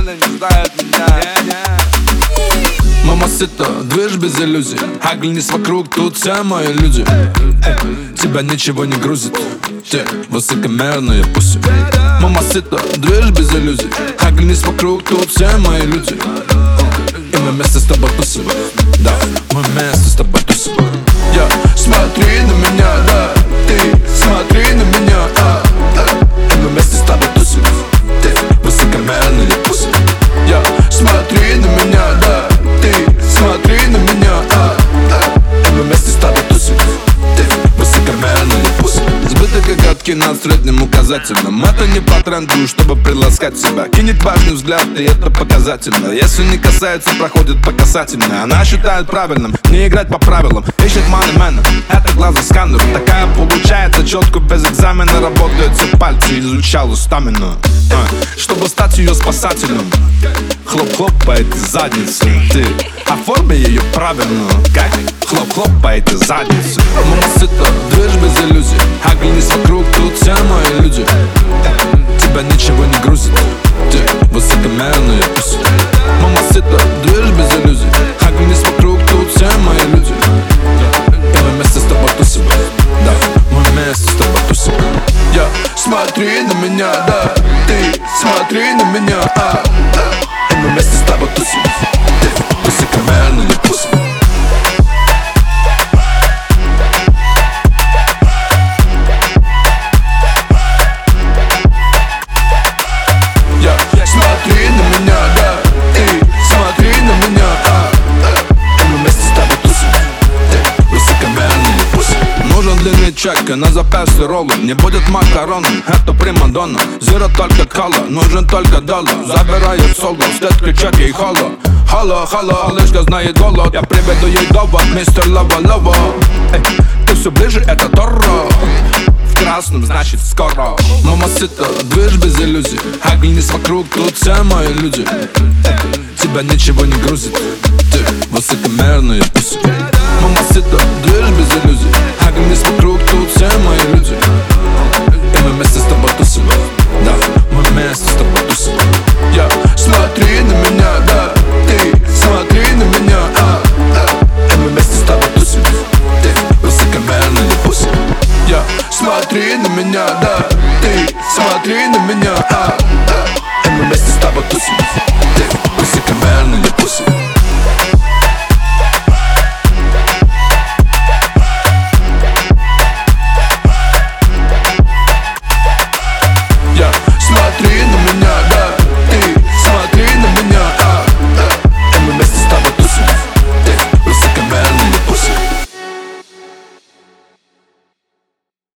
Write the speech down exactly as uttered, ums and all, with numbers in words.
реально не знает меня. Мамасита, движ без иллюзий. Оглянись вокруг, тут все мои люди. Эй, тебя ничего не грузит. Те высокомерные пуси. Мамасита, движ без иллюзий. Оглянись вокруг, тут все мои люди. И мы вместе с тобой тусим. Да, мы вместе с тобой тусим. Я, смотри на меня, да. Ты смотри на меня, а, а. И мы вместе с тобой тусим. Те высокомерные пуси. Я, смотри на меня, да. Ты смотри на меня, а, а. И мы вместе с тобой тусим. Ты высокомерные пуси. Сбыток и гадкий на среднем указательном. Это не по тренду, чтобы приласкать себя. Кинет важный взгляд, и это показательно. Если не касается, проходит по касательной. Она считает правильным не играть по правилам. Ищет манемена, это глаза сканер. Такая получается четко без экзамена. Работают все пальцы, изучал стамину, а, чтобы стать ее спасателем. Хлоп-хлоп по этой заднице. Ты оформи ее правильно, как хлоп-хлоп по этой заднице. Мамасита, движ без иллюзий. Оглянись вокруг, тут все мои люди. Тебя ничего не грузит. Ты высокомерные пуси. Мамасита, движ без иллюзий. Оглянись вокруг, тут все мои люди. И мы вместе с тобой тусим. Да, мы вместе с тобой тусим. Я, смотри на меня, да. Ты смотри на меня, а, а. И мы вместе с тобой тусим. Ты высокомерные пуси. Смотри на меня, да. Ты смотри на меня, а, а. И мы вместе с тобой тусим. Ты высокомерные пуси. Нужен длинный чек, и на запястье роллы. Не будет макароны, это примадонна. Зира только кола, нужен только доллар. Забирает соло, стетки, чеки и холо. Холо, холо, лишка знает голод. Я приведу ей довод, мистер Лова-Лова. Эй, ты все ближе, это Торро. Красным, значит скоро. Мамасита, движ без иллюзий. Оглянись вокруг, тут все мои люди. Тебя ничего не грузит. Ты высокомерные пуси. Мамасита, движ без иллюзий. Оглянись вокруг, тут все мои люди. И мы вместе с тобой тусим. Да, мы вместе с тобой тусим. Я, смотри на меня, да. Ты смотри на меня, а, а. И мы вместе с тобой тусим. Ты высокомерные пуси. Я, смотри на меня, да. Ты смотри на меня, а, а. И мы вместе с тобой тусим.